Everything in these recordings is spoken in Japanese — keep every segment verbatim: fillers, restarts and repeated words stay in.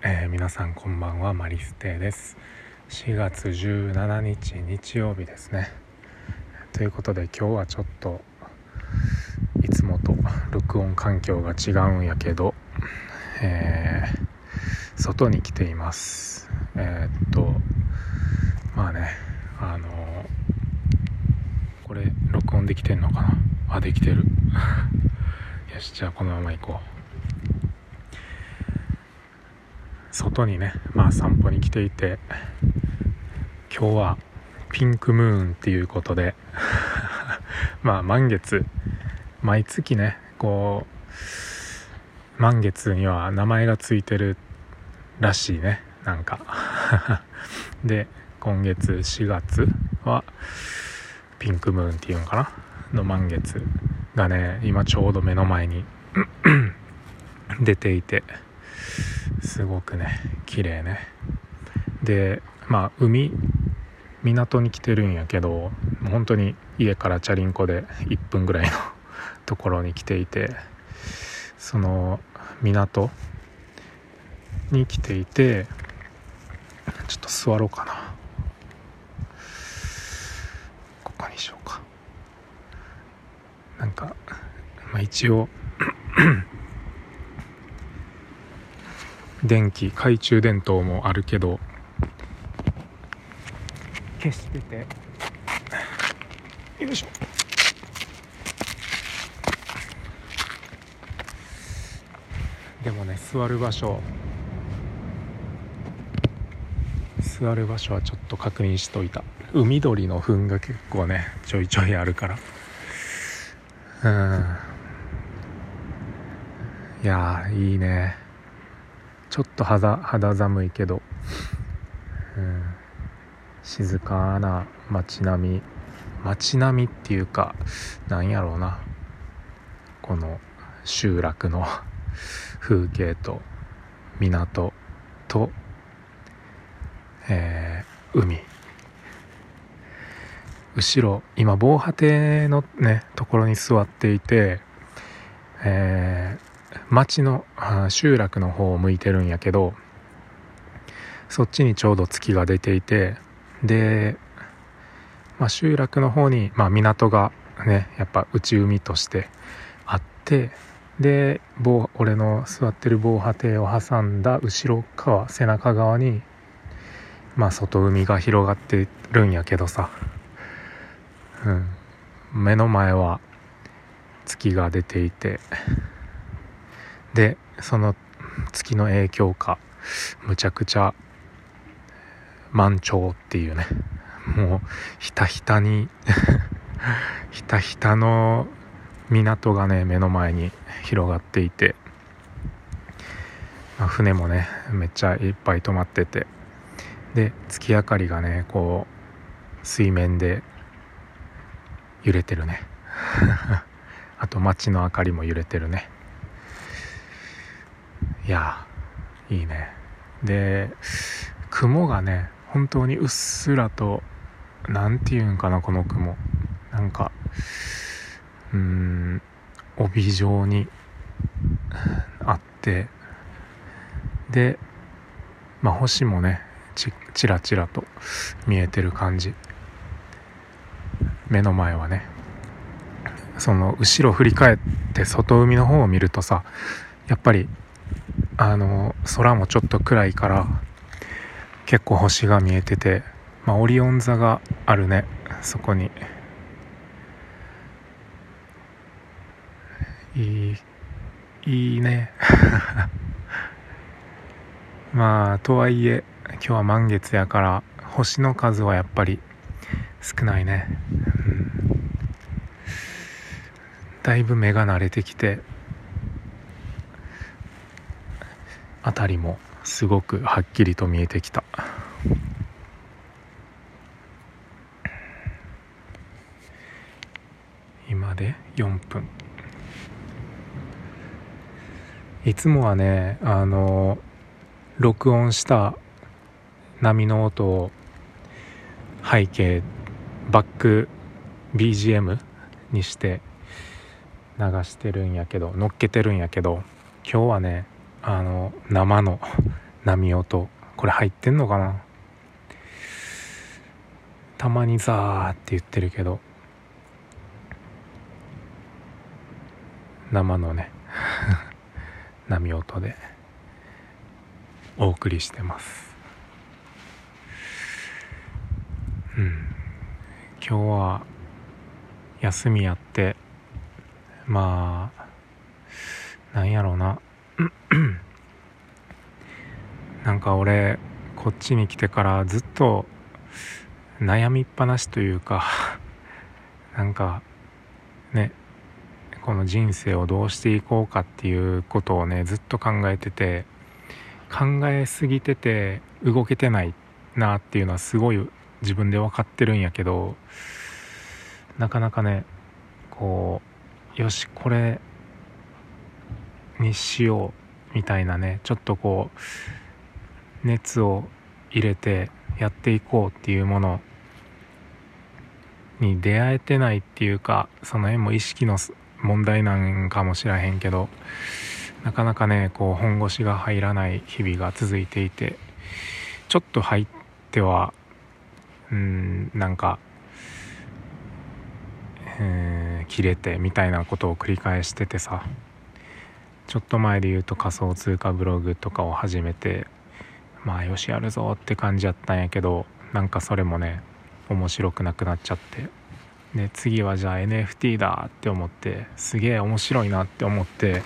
えー、皆さんこんばんは。マリステです。しがつじゅうしちにち日曜日ですね。ということで今日はちょっといつもと録音環境が違うんやけど、えー、外に来ています。えー、っとまあねあのー、これ録音できてんのかなあ、できてるよし、じゃあこのまま行こう。外にね、まあ散歩に来ていて、今日はピンクムーンっていうことでまあ満月、毎月ねこう満月には名前がついてるらしいね、なんかで今月しがつはピンクムーンっていうのかなの満月がね、今ちょうど目の前に出ていて、すごくね綺麗ね。でまあ海港に来てるんやけど、本当に家からチャリンコでいっぷんぐらいのところに来ていて、その港に来ていて、ちょっと座ろうかな。ここにしようか。なんか、まあ、一応電気懐中電灯もあるけど消してて、よいしょ。でもね、座る場所座る場所はちょっと確認しといた。海鳥の糞が結構ねちょいちょいあるから、うんいやーいいね。ちょっと 肌, 肌寒いけど、うん、静かな街並み街並みっていうか、なんやろうな、この集落の風景と港と、えー、海、後ろ今防波堤のねところに座っていて、えー町の集落の方を向いてるんやけど、そっちにちょうど月が出ていて、で、まあ、集落の方に、まあ、港がねやっぱ内海としてあって、で防俺の座ってる防波堤を挟んだ後ろ側、背中側にまあ外海が広がってるんやけどさ、うん、目の前は月が出ていて、でその月の影響かむちゃくちゃ満潮っていうね、もうひたひたにひたひたの港がね目の前に広がっていて、まあ、船もねめっちゃいっぱい止まってて、で月明かりがねこう水面で揺れてるねあと街の明かりも揺れてるね。いやいいね。で雲がね本当にうっすらと、なんていうんかな、この雲なんかうーん帯状にあって、でまあ星もねちちらちらと見えてる感じ。目の前はね、その後ろ振り返って外海の方を見るとさ、やっぱりあの空もちょっと暗いから結構星が見えてて、まあオリオン座があるね、そこに。いいいいねまあとはいえ今日は満月やから星の数はやっぱり少ないね、うん、だいぶ目が慣れてきて、辺りもすごくはっきりと見えてきた。今でよんぷん。いつもはねあの録音した波の音を背景バック ビージーエム にして流してるんやけど乗っけてるんやけど、今日はねあの生の波音これ入ってんのかな。たまにザーって言ってるけど生のね波音でお送りしてます。うん、今日は休みやってまあなんやろうななんか俺こっちに来てからずっと悩みっぱなしというかなんかねこの人生をどうしていこうかっていうことをねずっと考えてて考えすぎてて動けてないなっていうのはすごい自分で分かってるんやけどなかなかねこうよしこれにしようみたいなねちょっとこう熱を入れてやっていこうっていうものに出会えてないっていうかその辺も意識の問題なんかもしらへんけどなかなかねこう本腰が入らない日々が続いていてちょっと入ってはうーんなんか、えー、切れてみたいなことを繰り返しててさちょっと前で言うと仮想通貨ブログとかを始めてまあよしやるぞって感じやったんやけどなんかそれもね面白くなくなっちゃってで次はじゃあ エヌエフティー だって思ってすげえ面白いなって思って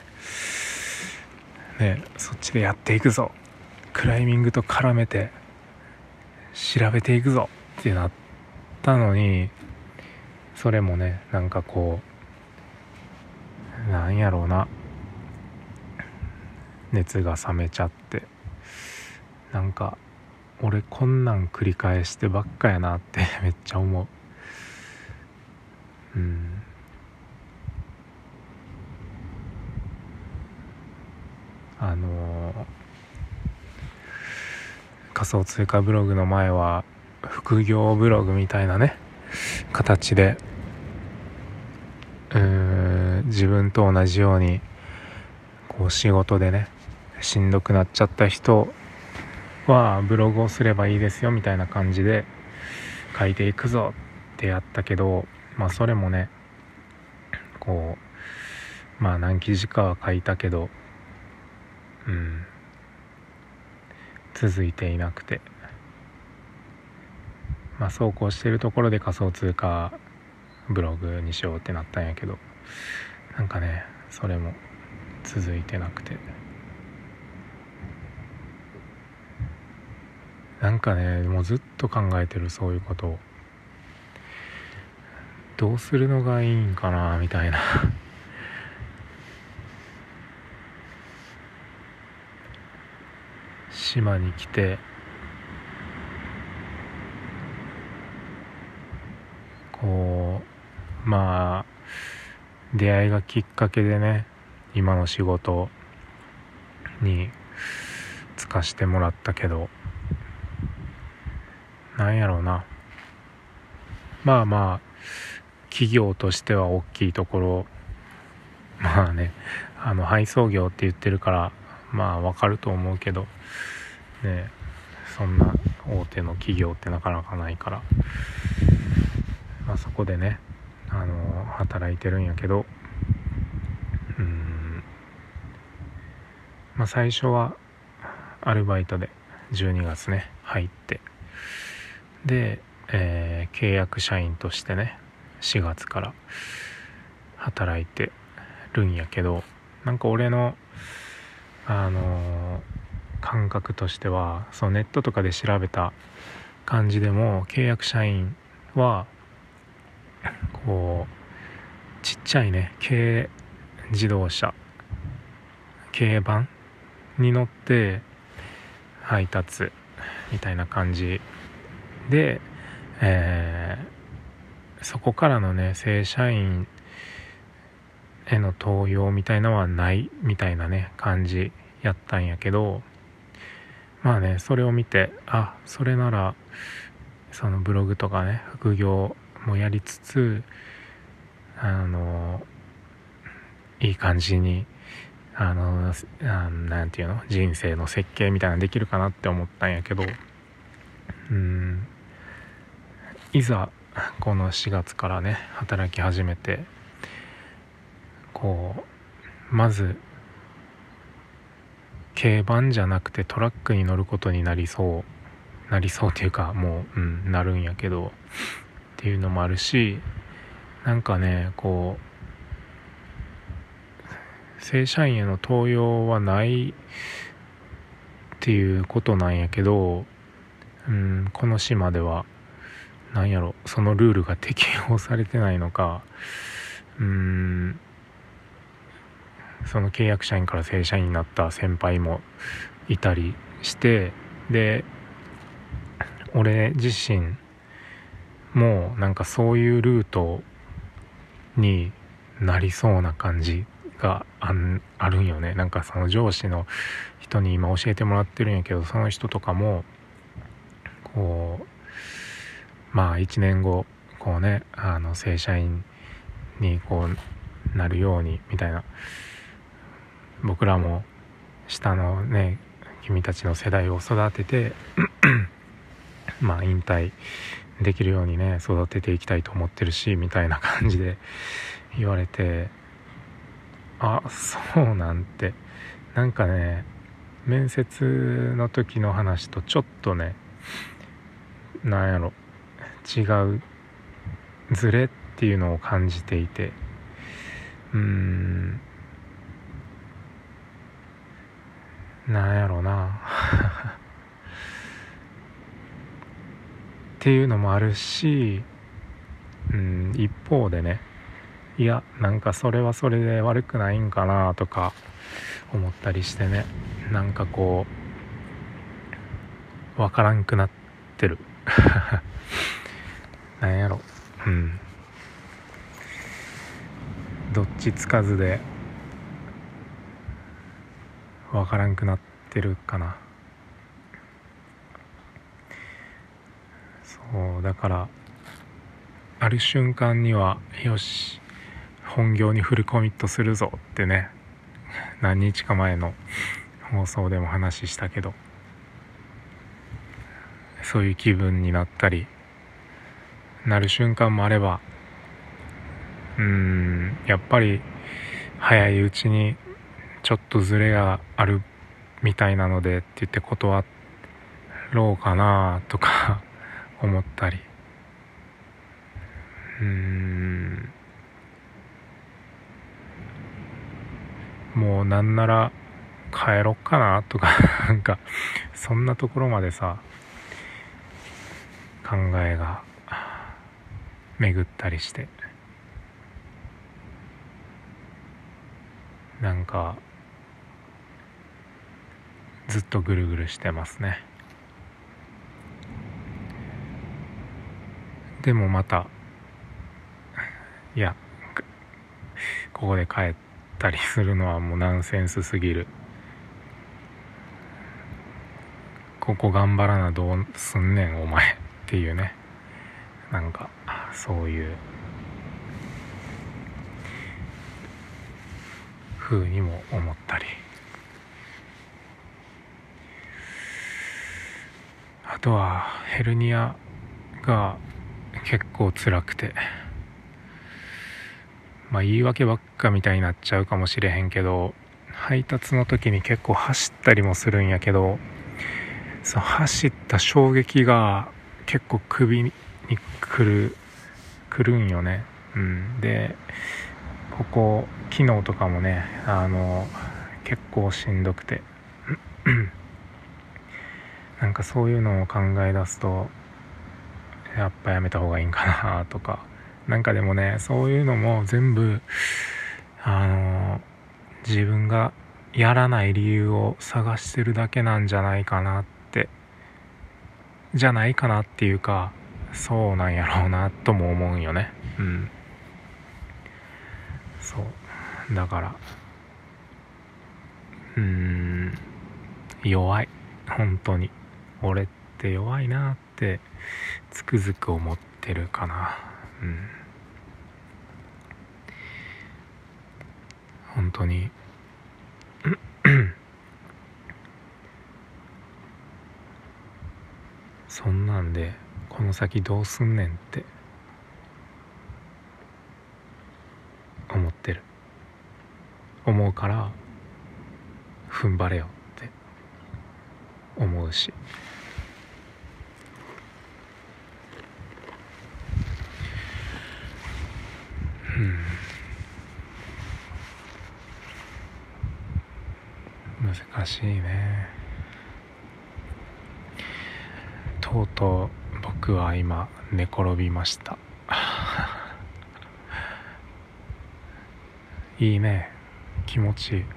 ねそっちでやっていくぞクライミングと絡めて調べていくぞってなったのにそれもねなんかこうなんやろうな熱が冷めちゃってなんか俺こんなん繰り返してばっかやなってめっちゃ思う。うんあのー、仮想通貨ブログの前は副業ブログみたいなね形でうーん自分と同じようにこう仕事でねしんどくなっちゃった人はブログをすればいいですよみたいな感じで書いていくぞってやったけどまあそれもねこうまあ何記事かは書いたけどうん続いていなくてまあそうこうしてるところで仮想通貨ブログにしようってなったんやけどなんかねそれも続いてなくてなんかねもうずっと考えてるそういうことをどうするのがいいんかなみたいな島に来てこうまあ出会いがきっかけでね今の仕事に就かしてもらったけどなんやろうなまあまあ企業としては大きいところまあねあの配送業って言ってるからまあわかると思うけどねそんな大手の企業ってなかなかないから、まあ、そこでねあの働いてるんやけどうーんまあ最初はアルバイトでじゅうにがつね入ってで、えー、契約社員としてねしがつから働いてるんやけどなんか俺のあのー、感覚としてはそのネットとかで調べた感じでも契約社員はこうちっちゃいね軽自動車軽バンに乗って配達みたいな感じで、えー、そこからのね正社員への登用みたいなのはないみたいなね感じやったんやけどまあねそれを見てあそれならそのブログとかね副業もやりつつあのいい感じにあのあなんていうの人生の設計みたいなのできるかなって思ったんやけど、うんいざこのしがつからね働き始めて、こうまず軽バンじゃなくてトラックに乗ることになりそうなりそうっていうかもう、うん、なるんやけどっていうのもあるし、なんかねこう正社員への登用はないっていうことなんやけど、うん、この島ではなんやろそのルールが適用されてないのか、うーんその契約社員から正社員になった先輩もいたりして、で俺自身もなんかそういうルートになりそうな感じが あ, んあるんよね。なんかその上司の人に今教えてもらってるんやけど、その人とかもこうまあいちねんごこうねあの正社員にこうなるようにみたいな、僕らも下のね君たちの世代を育ててまあ引退できるようにね育てていきたいと思ってるしみたいな感じで言われて、あそうなんてなんかね面接の時の話とちょっとねなんやろ違うズレっていうのを感じていて、うーんなんやろなっていうのもあるし、うん一方でねいやなんかそれはそれで悪くないんかなとか思ったりしてね、なんかこうわからんくなってるなんやろうんどっちつかずでわからんくなってるかな。そうだからある瞬間にはよし本業にフルコミットするぞってね何日か前の放送でも話したけど、そういう気分になったりなる瞬間もあれば、うーんやっぱり早いうちにちょっとズレがあるみたいなのでって言って断ろうかなとか思ったり、うーんもうなんなら帰ろっかなとかなんかそんなところまでさ考えが巡ったりして、なんかずっとぐるぐるしてますね。でもまたいやここで帰ったりするのはもうナンセンスすぎる、ここ頑張らなどうすんねんお前っていうね、なんかそういう風にも思ったり、あとはヘルニアが結構辛くて、まあ言い訳ばっかみたいになっちゃうかもしれへんけど、配達の時に結構走ったりもするんやけど、その走った衝撃が結構首にくるくるんよね。うん、でここ昨日とかもねあの結構しんどくてなんかそういうのを考え出すとやっぱやめた方がいいんかなとか、なんかでもねそういうのも全部あの自分がやらない理由を探してるだけなんじゃないかなってじゃないかなっていうかそうなんやろうなとも思うんよね。うんそうだからうーん弱い本当に俺って弱いなってつくづく思ってるかな。うん本当にそんなんでこの先どうすんねんって思ってる思うから踏ん張れよって思うし、うん難しいね。とうとう僕は今寝転びましたいいね、気持ちいい。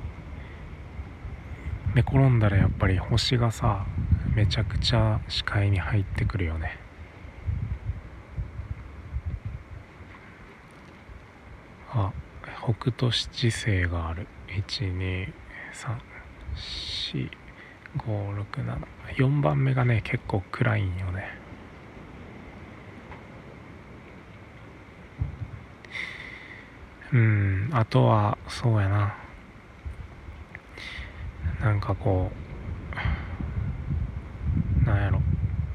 寝転んだらやっぱり星がさめちゃくちゃ視界に入ってくるよね。あ、北斗七星がある。いちにさんしごろくななよんばんめがね結構暗いんよね。うんあとはそうやな、なんかこうなんやろ、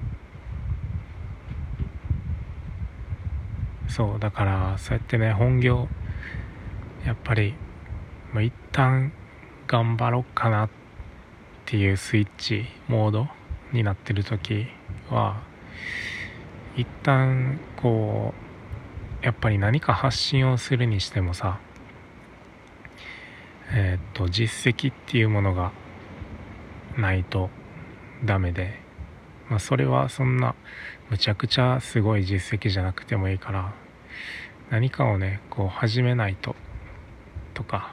そうだからそうやってね本業やっぱりもう一旦頑張ろうかなっていうスイッチモードになってる時は一旦こうやっぱり何か発信をするにしてもさえー、っと実績っていうものがないとダメで、まあ、それはそんなむちゃくちゃすごい実績じゃなくてもいいから何かをねこう始めないととか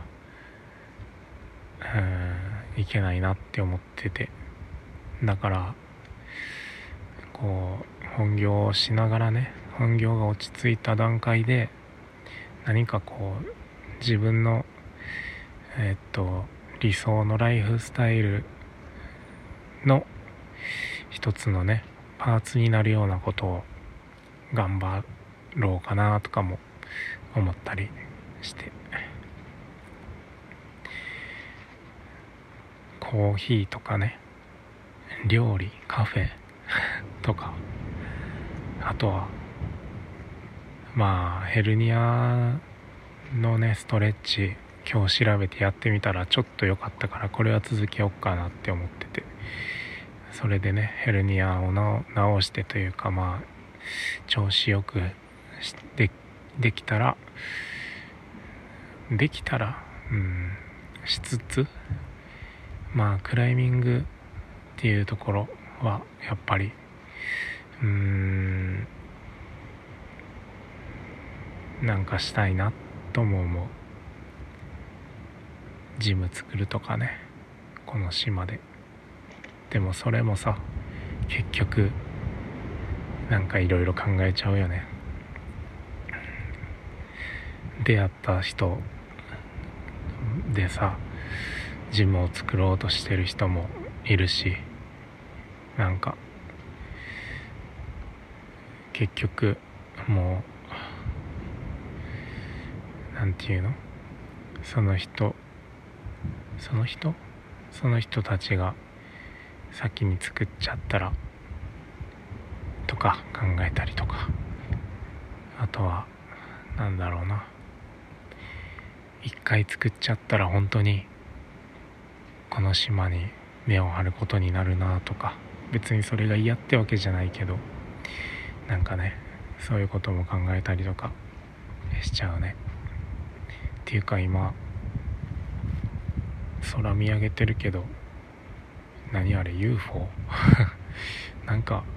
うんいけないなって思ってて、だからこう本業をしながらね本業が落ち着いた段階で何かこう自分のえー、っと理想のライフスタイルの一つのねパーツになるようなことを頑張ろうかなとかも思ったりして、コーヒーとかね料理カフェとか、あとはまあヘルニアのねストレッチ今日調べてやってみたらちょっと良かったからこれは続けようかなって思ってて、それでねヘルニアを治してというかまあ調子よくでできたらできたらうんしつつまあクライミングっていうところはやっぱりうーんなんかしたいなとも思う。ジム作るとかねこの島で。でもそれもさ結局なんかいろいろ考えちゃうよね。出会った人でさジムを作ろうとしてる人もいるし、なんか結局もうなんていうのその人その人その人たちが先に作っちゃったらとか考えたりとか、あとはなんだろうな、一回作っちゃったら本当にこの島に根を張ることになるなとか、別にそれが嫌ってわけじゃないけどなんかねそういうことも考えたりとかしちゃうね。っていうか今空見上げてるけど何あれ ユーフォー なんか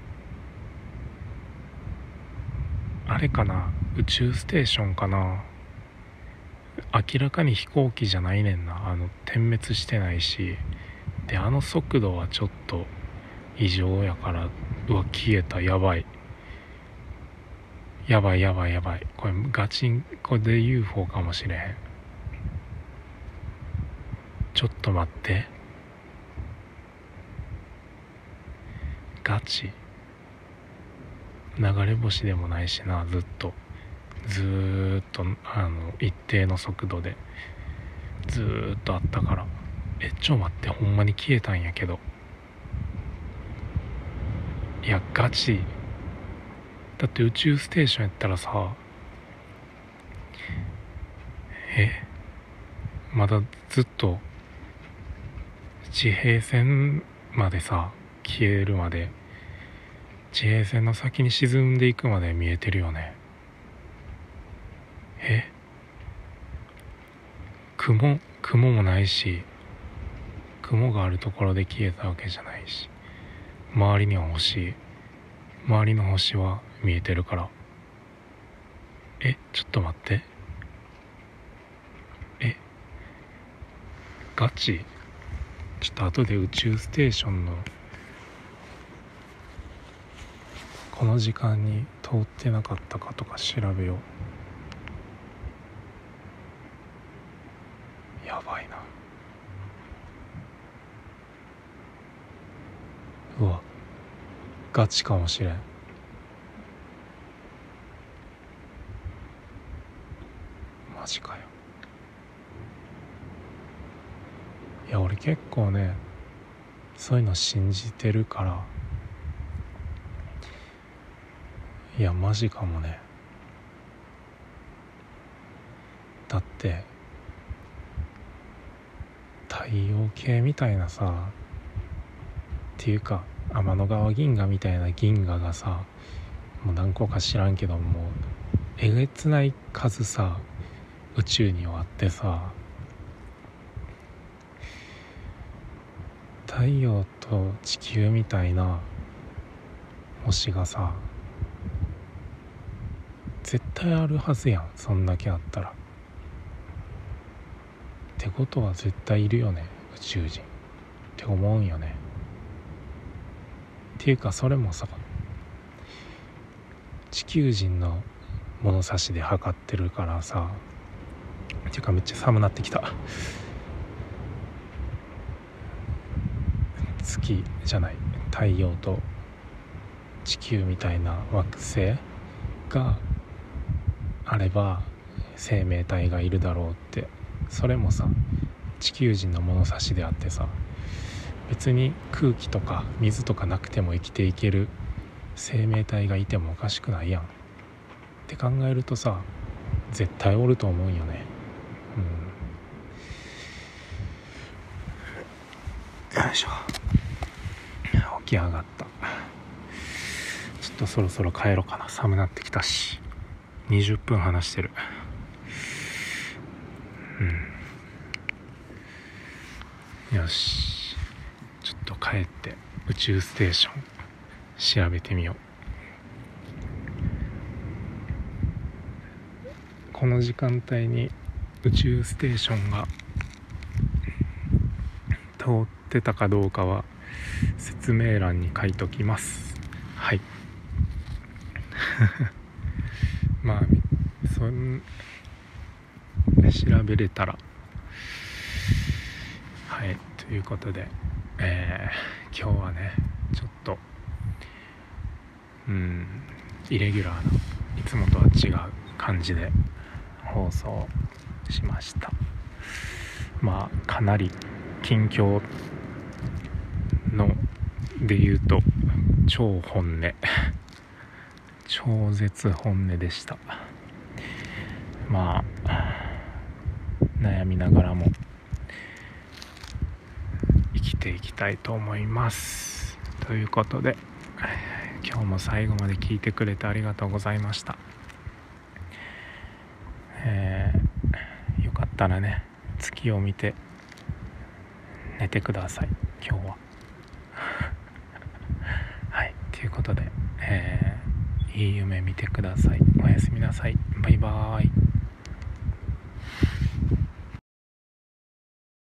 あれかな、宇宙ステーションかな。明らかに飛行機じゃないねんな。あの点滅してないし、であの速度はちょっと異常やから、うわ消えた、やばいやばいやばいやばい、これガチンコで ユーフォー かもしれへん。ちょっと待って、ガチ流れ星でもないしな、ずっとずーっとあの一定の速度でずーっとあったから。えちょ待って、ほんまに消えたんやけど、 いやガチだって宇宙ステーションやったらさ、えまだずっと地平線までさ、消えるまで、地平線の先に沈んでいくまで見えてるよね。え雲雲もないし、雲があるところで消えたわけじゃないし、周りには星、周りの星は見えてるから。えちょっと待って、えガチ、ちょっと後で宇宙ステーションのこの時間に通ってなかったかとか調べよう。やばいな。うわガチかもしれん。マジかよ。いや俺結構ねそういうの信じてるから、いやマジかもね。だって太陽系みたいなさ、っていうか天の川銀河みたいな銀河がさ、もう何個か知らんけどもうえげつない数さ宇宙にはあってさ、太陽と地球みたいな星がさ絶対あるはずやん。そんだけあったら。ってことは絶対いるよね宇宙人って思うんよね。っていうかそれもさ地球人の物差しで測ってるからさ、っていうかめっちゃ寒なってきた。月じゃない、太陽と地球みたいな惑星があれば生命体がいるだろうって、それもさ地球人の物差しであってさ、別に空気とか水とかなくても生きていける生命体がいてもおかしくないやんって考えるとさ、絶対おると思うんよね。うんよいしょ、起き上がった。ちょっとそろそろ帰ろうかな、寒なってきたし。にじゅっぷん話してる。うんよし、ちょっと帰って宇宙ステーション調べてみよう。この時間帯に宇宙ステーションが通ってたかどうかは説明欄に書いときます。はいまあそん調べれたら、はいということで、えー、今日はねちょっとうんイレギュラーないつもとは違う感じで放送しました。まあかなり近況ので言うと超本音超絶本音でした。まあ悩みながらも生きていきたいと思います。ということで今日も最後まで聞いてくれてありがとうございました。えー、よかったらね月を見て寝てください今日ははいということで、えー、いい夢見てください。おやすみなさい。バイバーイ。